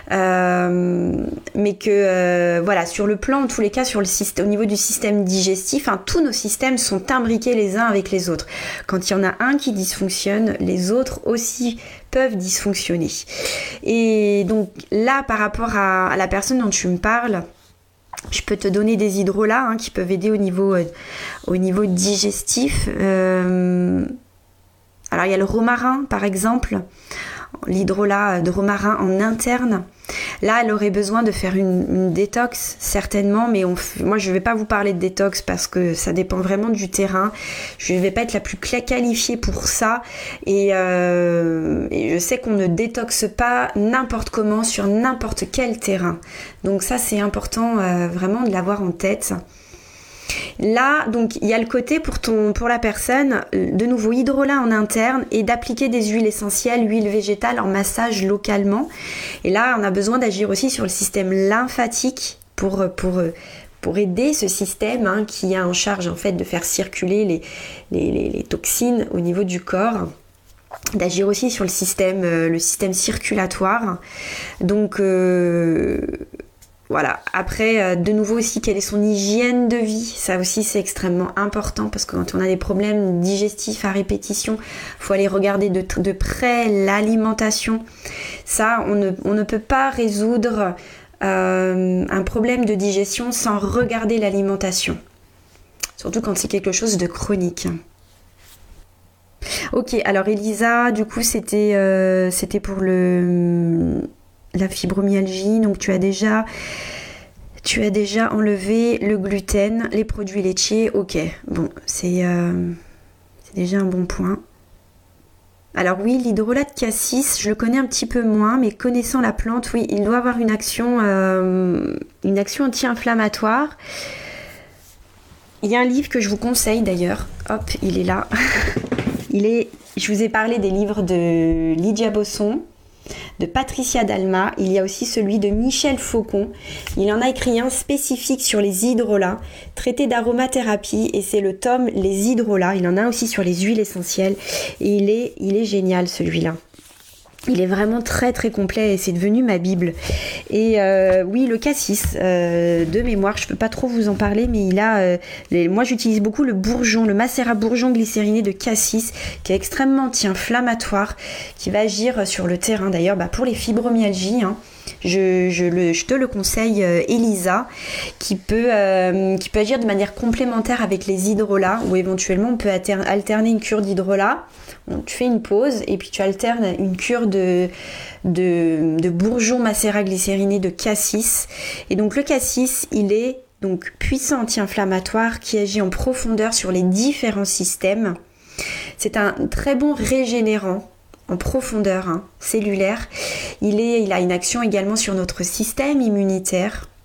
Mais que, sur le plan, en tous les cas, au niveau du système digestif, tous nos systèmes sont imbriqués les uns avec les autres. Quand il y en a un qui dysfonctionne, les autres aussi peuvent dysfonctionner. Et donc là, par rapport à la personne dont tu me parles, je peux te donner des hydrolats qui peuvent aider au niveau digestif. Alors il y a le romarin par exemple, l'hydrolat de romarin en interne. Là, elle aurait besoin de faire une détox certainement, mais moi je ne vais pas vous parler de détox parce que ça dépend vraiment du terrain. Je ne vais pas être la plus qualifiée pour ça et je sais qu'on ne détoxe pas n'importe comment sur n'importe quel terrain. Donc ça c'est important vraiment de l'avoir en tête. Là, donc, il y a le côté pour la personne, de nouveau hydrolat en interne et d'appliquer des huiles essentielles, huiles végétales en massage localement. Et là, on a besoin d'agir aussi sur le système lymphatique pour aider ce système qui a en charge en fait de faire circuler les toxines au niveau du corps. D'agir aussi sur le système circulatoire. Donc voilà, après de nouveau aussi quelle est son hygiène de vie, ça aussi c'est extrêmement important parce que quand on a des problèmes digestifs à répétition, il faut aller regarder de près l'alimentation. Ça, on ne peut pas résoudre un problème de digestion sans regarder l'alimentation, surtout quand c'est quelque chose de chronique. Ok, alors Elisa, du coup c'était pour la fibromyalgie, donc tu as déjà enlevé le gluten, les produits laitiers, ok, bon, c'est déjà un bon point. Alors oui, l'hydrolat de cassis, je le connais un petit peu moins, mais connaissant la plante, oui, il doit avoir une action anti-inflammatoire. Il y a un livre que je vous conseille d'ailleurs, hop, il est là. Je vous ai parlé des livres de Lydia Bosson, de Patricia Dalma, il y a aussi celui de Michel Faucon. Il en a écrit un spécifique sur les hydrolats, traité d'aromathérapie, et c'est le tome Les hydrolats. Il en a aussi sur les huiles essentielles et il est génial celui-là. Il est vraiment très très complet et c'est devenu ma bible. Et oui, le cassis, de mémoire, je peux pas trop vous en parler, mais moi j'utilise beaucoup le macérat bourgeon glycériné de cassis, qui est extrêmement anti-inflammatoire, qui va agir sur le terrain. D'ailleurs, pour les fibromyalgies, je te le conseille, Elisa, qui peut agir de manière complémentaire avec les hydrolats, ou éventuellement on peut alterner une cure d'hydrolats. Donc, tu fais une pause et puis tu alternes une cure de bourgeon macérat glycériné de cassis. Et donc le cassis, il est donc puissant anti-inflammatoire qui agit en profondeur sur les différents systèmes. C'est un très bon régénérant en profondeur cellulaire. Il a une action également sur notre système immunitaire.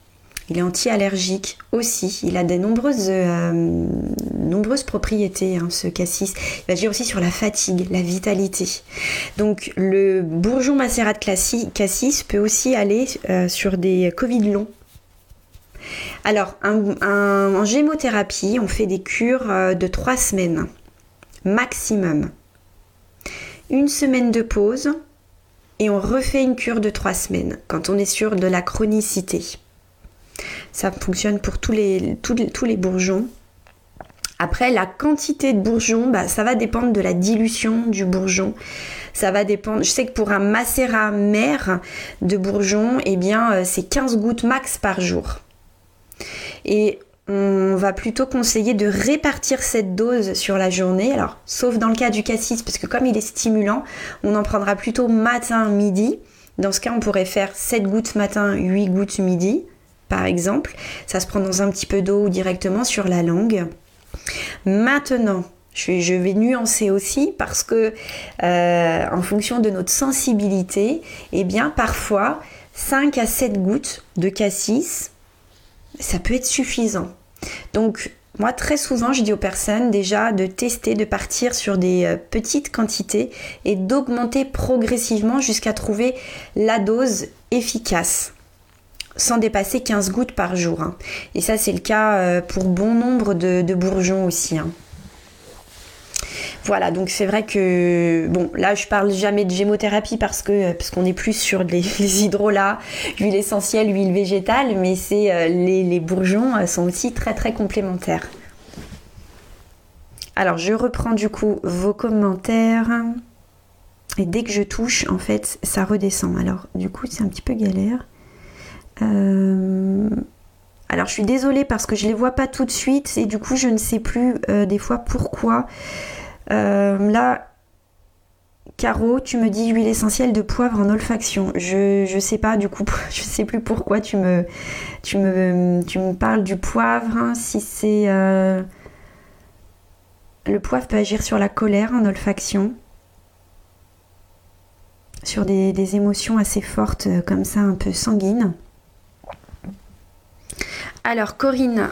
Il est anti-allergique aussi. Il a de nombreuses propriétés, hein, ce cassis. Il va agir aussi sur la fatigue, la vitalité. Donc le bourgeon macérat de cassis peut aussi aller sur des Covid longs. Alors, en gémothérapie, on fait des cures de 3 semaines, maximum. 1 semaine de pause et on refait une cure de 3 semaines quand on est sûr de la chronicité. Ça fonctionne pour tous les bourgeons. Après, la quantité de bourgeons, ça va dépendre de la dilution du bourgeon. Ça va dépendre. Je sais que pour un macérat mère de bourgeons, c'est 15 gouttes max par jour. Et on va plutôt conseiller de répartir cette dose sur la journée. Alors, sauf dans le cas du cassis, parce que comme il est stimulant, on en prendra plutôt matin, midi. Dans ce cas, on pourrait faire 7 gouttes matin, 8 gouttes midi, par exemple. Ça se prend dans un petit peu d'eau ou directement sur la langue. Maintenant, je vais nuancer aussi parce que en fonction de notre sensibilité, parfois 5 à 7 gouttes de cassis, ça peut être suffisant. Donc moi très souvent je dis aux personnes déjà de tester, de partir sur des petites quantités et d'augmenter progressivement jusqu'à trouver la dose efficace, sans dépasser 15 gouttes par jour. Hein. Et ça c'est le cas pour bon nombre de bourgeons aussi. Hein. Voilà, donc c'est vrai que, bon, là je parle jamais de gémothérapie parce qu'on est plus sur les hydrolats, huile essentielle, huile végétale, mais les bourgeons sont aussi très très complémentaires. Alors je reprends du coup vos commentaires et dès que je touche, en fait, ça redescend. Alors du coup c'est un petit peu galère. Alors je suis désolée parce que je les vois pas tout de suite et du coup je ne sais plus des fois pourquoi. Là, Caro, tu me dis huile essentielle de poivre en olfaction. Je sais pas, du coup, je sais plus pourquoi tu me parles du poivre. Hein, si c'est le poivre peut agir sur la colère en olfaction, sur des émotions assez fortes comme ça, un peu sanguines. Alors Corinne,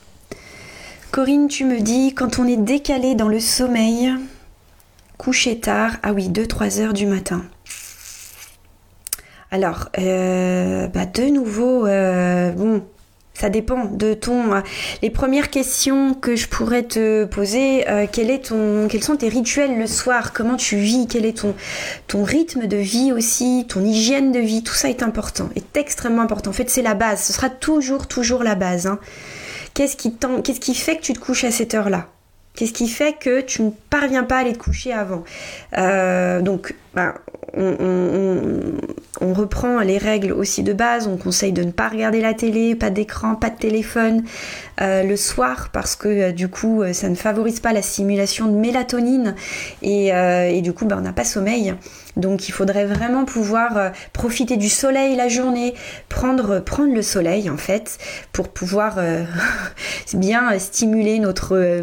tu me dis, quand on est décalé dans le sommeil, couché tard, 2-3 heures du matin. Alors, de nouveau, ça dépend de les premières questions que je pourrais te poser, quels sont tes rituels le soir? Comment tu vis? Quel est ton rythme de vie aussi? Ton hygiène de vie? Tout ça est important, est extrêmement important. En fait, c'est la base. Ce sera toujours la base, hein. Qu'est-ce qui fait que tu te couches à cette heure-là? Qu'est-ce qui fait que tu ne parviens pas à aller te coucher avant? On reprend les règles aussi de base. On conseille de ne pas regarder la télé, pas d'écran, pas de téléphone le soir parce que du coup ça ne favorise pas la stimulation de mélatonine et du coup on n'a pas sommeil. Donc il faudrait vraiment pouvoir profiter du soleil la journée, prendre le soleil en fait pour pouvoir bien stimuler notre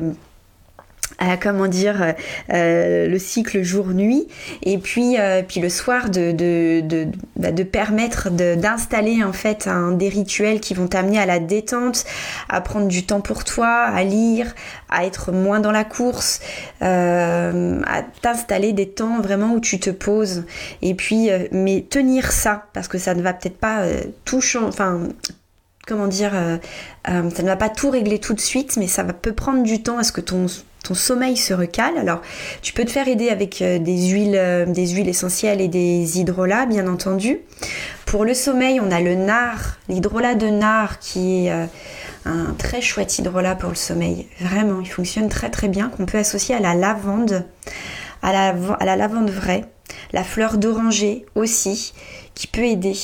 le cycle jour-nuit et puis le soir de permettre d'installer en fait des rituels qui vont t'amener à la détente, à prendre du temps pour toi, à lire, à être moins dans la course, à t'installer des temps vraiment où tu te poses et puis mais tenir ça parce que ça ne va peut-être pas tout changer, ça ne va pas tout régler tout de suite mais ça peut prendre du temps à ce que ton sommeil se recale. Alors, tu peux te faire aider avec des huiles essentielles et des hydrolats, bien entendu. Pour le sommeil, on a le nard, l'hydrolat de nard, qui est un très chouette hydrolat pour le sommeil. Vraiment, il fonctionne très très bien, qu'on peut associer à la lavande, à la lavande vraie, la fleur d'oranger aussi, qui peut aider.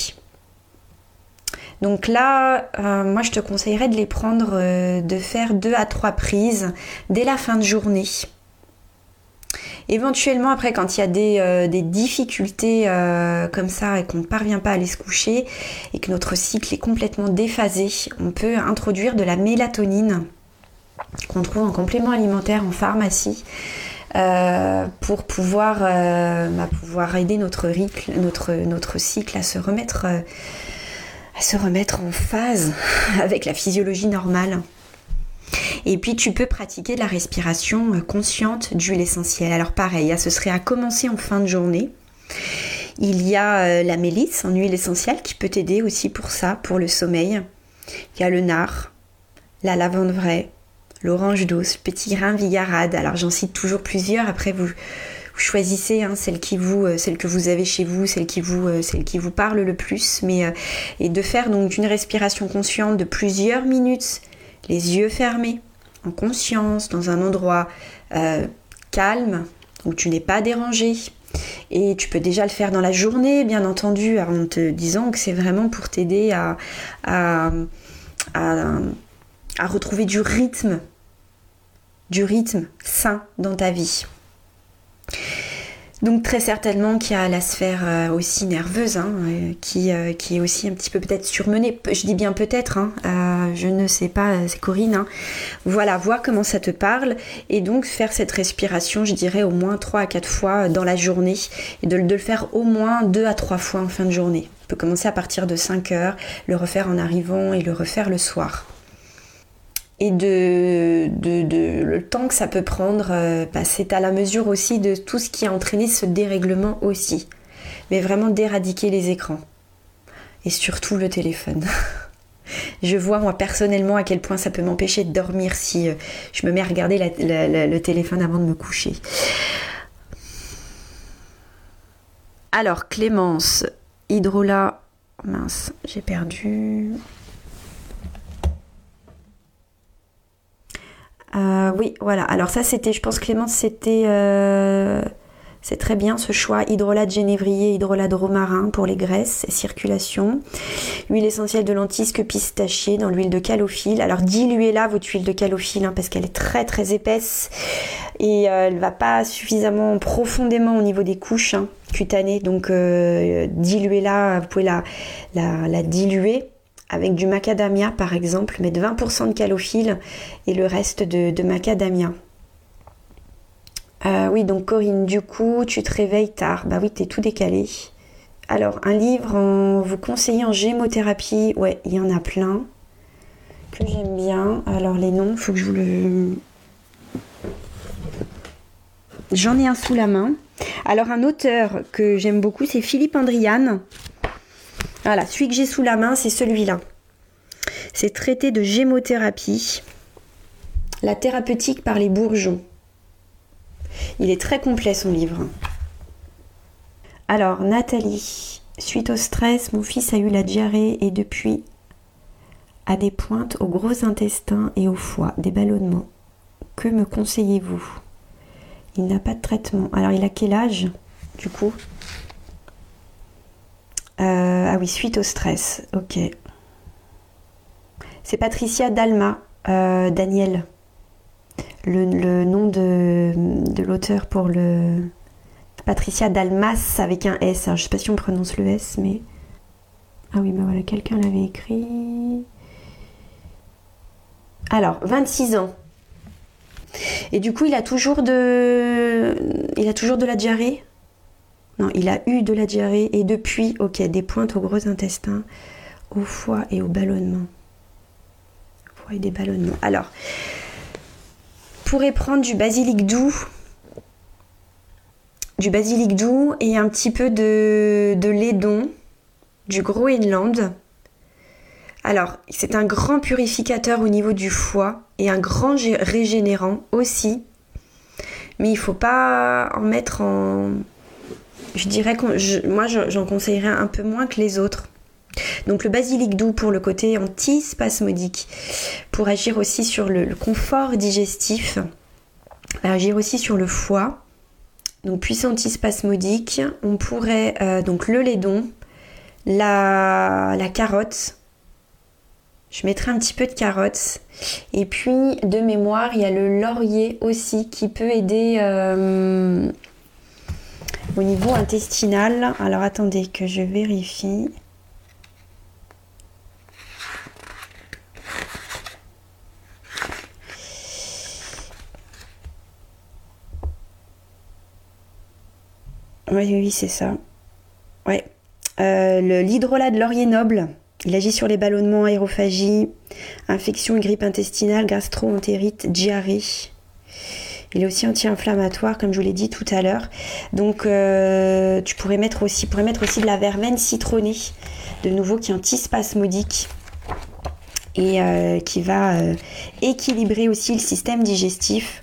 Donc là, moi je te conseillerais de les prendre, de faire 2 à 3 prises dès la fin de journée. Éventuellement après quand il y a des difficultés comme ça et qu'on ne parvient pas à aller se coucher et que notre cycle est complètement déphasé, on peut introduire de la mélatonine qu'on trouve en complément alimentaire en pharmacie. Pour pouvoir aider notre cycle à se remettre à se remettre en phase avec la physiologie normale. Et puis tu peux pratiquer de la respiration consciente d'huile essentielle. Alors pareil, ce serait à commencer en fin de journée. Il y a la mélisse en huile essentielle qui peut t'aider aussi pour ça, pour le sommeil. Il y a le nard, la lavande vraie, l'orange douce, le petit grain vigarade. Alors j'en cite toujours plusieurs. Après vous choisissez celle que vous avez chez vous, celle qui vous parle le plus. Et de faire donc une respiration consciente de plusieurs minutes, les yeux fermés, en conscience, dans un endroit calme où tu n'es pas dérangé. Et tu peux déjà le faire dans la journée, bien entendu, en te disant que c'est vraiment pour t'aider à retrouver du rythme sain dans ta vie. Donc très certainement qu'il y a la sphère aussi nerveuse qui est aussi un petit peu peut-être surmenée. Je dis bien peut-être, je ne sais pas, c'est Corinne. Voilà, vois comment ça te parle et donc faire cette respiration, je dirais au moins 3 à 4 fois dans la journée et de le faire au moins 2 à 3 fois en fin de journée. On peut commencer à partir de 5 heures, le refaire en arrivant et le refaire le soir. Et le temps que ça peut prendre, c'est à la mesure aussi de tout ce qui a entraîné ce dérèglement aussi. Mais vraiment d'éradiquer les écrans. Et surtout le téléphone. Je vois moi personnellement à quel point ça peut m'empêcher de dormir si je me mets à regarder le téléphone avant de me coucher. Alors Clémence, hydrolat, mince, j'ai perdu... oui, voilà. Alors ça, je pense Clémence, c'est très bien ce choix. Hydrolat de génévrier, hydrolat de romarin pour les graisses et circulation. Huile essentielle de lentisque pistachier dans l'huile de calophylle. Alors diluez-la, votre huile de calophylle, parce qu'elle est très très épaisse et elle ne va pas suffisamment profondément au niveau des couches cutanées. Donc diluez-la, vous pouvez la diluer avec du macadamia par exemple, mettre 20% de calophylle et le reste de macadamia. Oui, donc Corinne, du coup, tu te réveilles tard. Bah oui, t'es tout décalé. Alors, un livre vous conseillez en gémothérapie. Ouais, il y en a plein que j'aime bien. Alors, les noms, faut que je vous le... J'en ai un sous la main. Alors, un auteur que j'aime beaucoup, c'est Philippe Andriane. Voilà, celui que j'ai sous la main, c'est celui-là. C'est Traité de gémothérapie, la thérapeutique par les bourgeons. Il est très complet son livre. Alors, Nathalie, suite au stress, mon fils a eu la diarrhée et depuis a des pointes au gros intestin et au foie, des ballonnements. Que me conseillez-vous? Il n'a pas de traitement. Alors, il a quel âge, du coup? Ah oui, suite au stress, ok. C'est Patricia Dalma, Daniel. Le nom de l'auteur pour le... Patricia Dalmas avec un S. Alors, je ne sais pas si on prononce le S, mais... Ah oui, bah voilà, quelqu'un l'avait écrit. Alors, 26 ans. Et du coup, il a toujours de la diarrhée? Non, il a eu de la diarrhée et depuis, ok, des pointes au gros intestin, au foie et au ballonnement. Foie et des ballonnements. Alors, pourrait prendre du basilic doux et un petit peu de laiton, du Groenland. Alors, c'est un grand purificateur au niveau du foie et un grand régénérant aussi. Mais il ne faut pas en mettre en... Je dirais moi j'en conseillerais un peu moins que les autres. Donc le basilic doux pour le côté antispasmodique, pour agir aussi sur le confort digestif, agir aussi sur le foie. Donc puissant antispasmodique, on pourrait donc le laiton, la carotte. Je mettrai un petit peu de carotte. Et puis de mémoire, il y a le laurier aussi qui peut aider au niveau intestinal. Alors attendez que je vérifie. Oui, c'est ça. Ouais. L'hydrolat de laurier noble Il agit sur les ballonnements, aérophagie, infection et grippe intestinale, gastro-entérite, diarrhée. Il est aussi anti-inflammatoire, comme je vous l'ai dit tout à l'heure. Donc, tu pourrais mettre aussi de la verveine citronnée, de nouveau qui est antispasmodique et qui va équilibrer aussi le système digestif.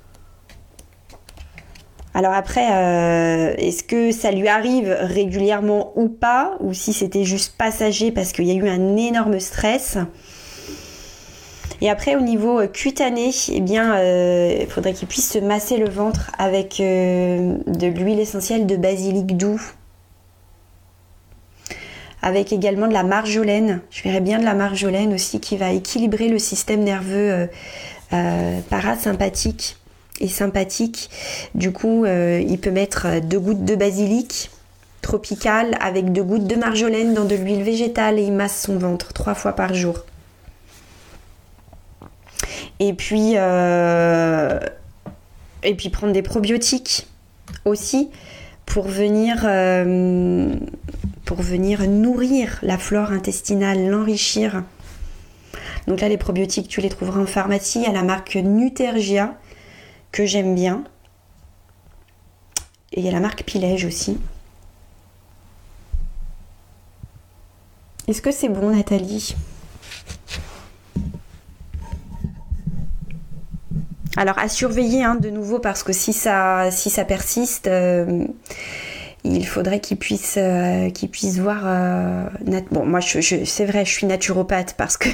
Alors après, est-ce que ça lui arrive régulièrement ou pas, ou si c'était juste passager parce qu'il y a eu un énorme stress. Et après, au niveau cutané, eh bien, il faudrait qu'il puisse se masser le ventre avec de l'huile essentielle de basilic doux. Avec également de la marjolaine. Je verrais bien de la marjolaine aussi qui va équilibrer le système nerveux parasympathique et sympathique. Du coup, il peut mettre 2 gouttes de basilic tropical avec 2 gouttes de marjolaine dans de l'huile végétale et il masse son ventre 3 fois par jour. Et puis prendre des probiotiques aussi pour venir nourrir la flore intestinale, l'enrichir. Donc là, les probiotiques, tu les trouveras en pharmacie à la marque Nutergia, que j'aime bien. Et il y a la marque Pilège aussi. Est-ce que c'est bon, Nathalie ? Alors à surveiller de nouveau, parce que si ça persiste, il faudrait qu'il puisse voir. Bon, moi c'est vrai, je suis naturopathe parce que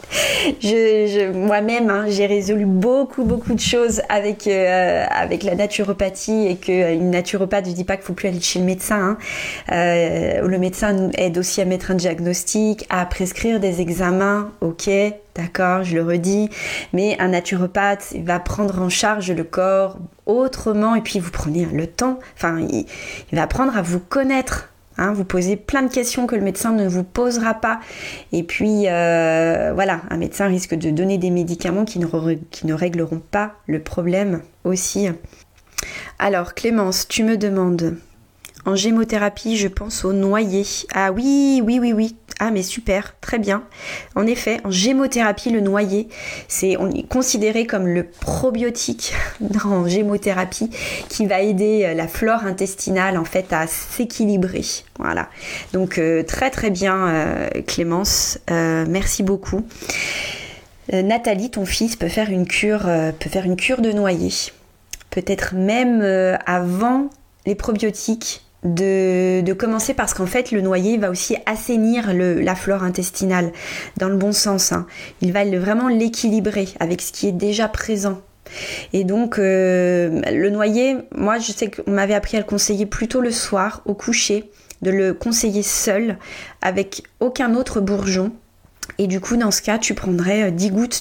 moi-même j'ai résolu beaucoup de choses avec la naturopathie, et qu'une naturopathe, je dis pas qu'il faut plus aller chez le médecin. Le médecin aide aussi à mettre un diagnostic, à prescrire des examens, ok. D'accord, je le redis, mais un naturopathe va prendre en charge le corps autrement, et puis vous prenez le temps, il va apprendre à vous connaître, vous posez plein de questions que le médecin ne vous posera pas, et puis voilà, un médecin risque de donner des médicaments qui ne régleront pas le problème aussi. Alors Clémence, tu me demandes, en gémothérapie, je pense au noyer. Ah oui. Ah mais super, très bien. En effet, en gémothérapie, le noyer, on est considéré comme le probiotique en gémothérapie qui va aider la flore intestinale en fait à s'équilibrer. Voilà. Donc très bien Clémence, merci beaucoup. Nathalie, ton fils peut faire une cure de noyer. Peut-être même avant les probiotiques. De commencer, parce qu'en fait le noyer va aussi assainir la flore intestinale dans le bon sens. Il va vraiment l'équilibrer avec ce qui est déjà présent. Et donc le noyer, moi je sais qu'on m'avait appris à le conseiller plutôt le soir au coucher, de le conseiller seul avec aucun autre bourgeon. Et du coup dans ce cas tu prendrais 10 gouttes,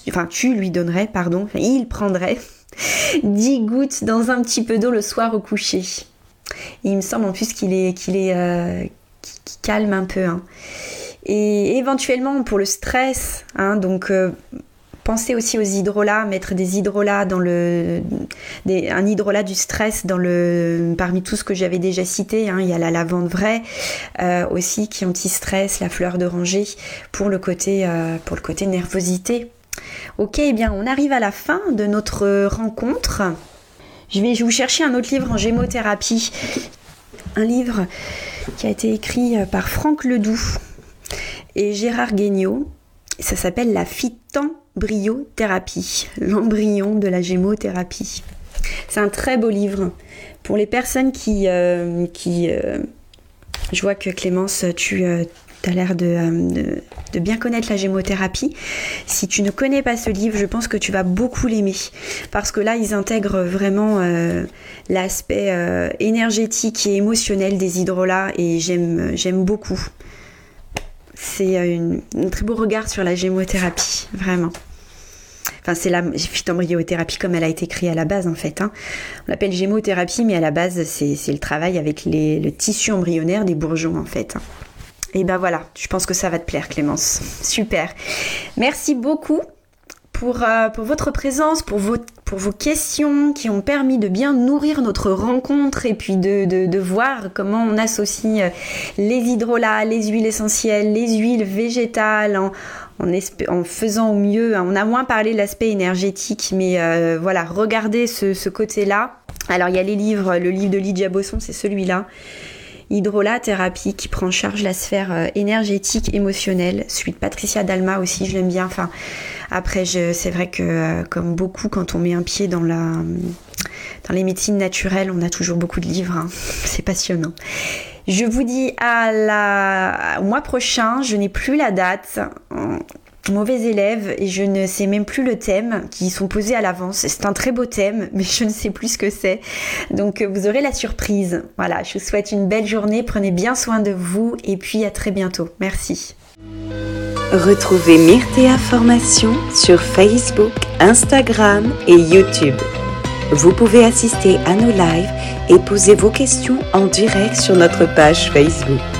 il prendrait 10 gouttes dans un petit peu d'eau le soir au coucher. Et il me semble en plus qu'il calme un peu. Et éventuellement pour le stress, donc pensez aussi aux hydrolats, mettre des hydrolats un hydrolat du stress parmi tout ce que j'avais déjà cité. Il y a la lavande vraie aussi qui est anti-stress, la fleur d'oranger pour le côté nervosité. Ok, eh bien on arrive à la fin de notre rencontre. Je vais vous chercher un autre livre en gémothérapie. Un livre qui a été écrit par Franck Ledoux et Gérard Guignot. Ça s'appelle La phytembryothérapie, l'embryon de la gémothérapie. C'est un très beau livre. Pour les personnes je vois que Clémence, tu as l'air de bien connaître la gémothérapie. Si tu ne connais pas ce livre, je pense que tu vas beaucoup l'aimer, parce que là ils intègrent vraiment l'aspect énergétique et émotionnel des hydrolats, et j'aime beaucoup. C'est un très beau regard sur la gémothérapie, vraiment. Enfin, c'est la phytembryothérapie comme elle a été créée à la base en fait. On l'appelle gémothérapie, mais à la base c'est le travail avec le tissu embryonnaire des bourgeons en fait. Et ben voilà, je pense que ça va te plaire Clémence. Super. Merci beaucoup pour votre présence, pour vos questions qui ont permis de bien nourrir notre rencontre et puis de voir comment on associe les hydrolats, les huiles essentielles, les huiles végétales en faisant au mieux. On a moins parlé de l'aspect énergétique, mais voilà, regardez ce côté-là. Alors il y a le livre de Lydia Bosson, c'est celui-là. Hydrolat thérapie qui prend en charge la sphère énergétique, émotionnelle. Celui de Patricia Dalma aussi, je l'aime bien. Enfin, après, c'est vrai que comme beaucoup, quand on met un pied dans les médecines naturelles, on a toujours beaucoup de livres. Hein. C'est passionnant. Je vous dis au mois prochain. Je n'ai plus la date. Mauvais élève et je ne sais même plus le thème qui sont posés à l'avance. C'est un très beau thème, mais je ne sais plus ce que c'est. Donc vous aurez la surprise. Voilà, je vous souhaite une belle journée. Prenez bien soin de vous et puis à très bientôt. Merci. Retrouvez Myrtea Formation sur Facebook, Instagram et YouTube. Vous pouvez assister à nos lives et poser vos questions en direct sur notre page Facebook.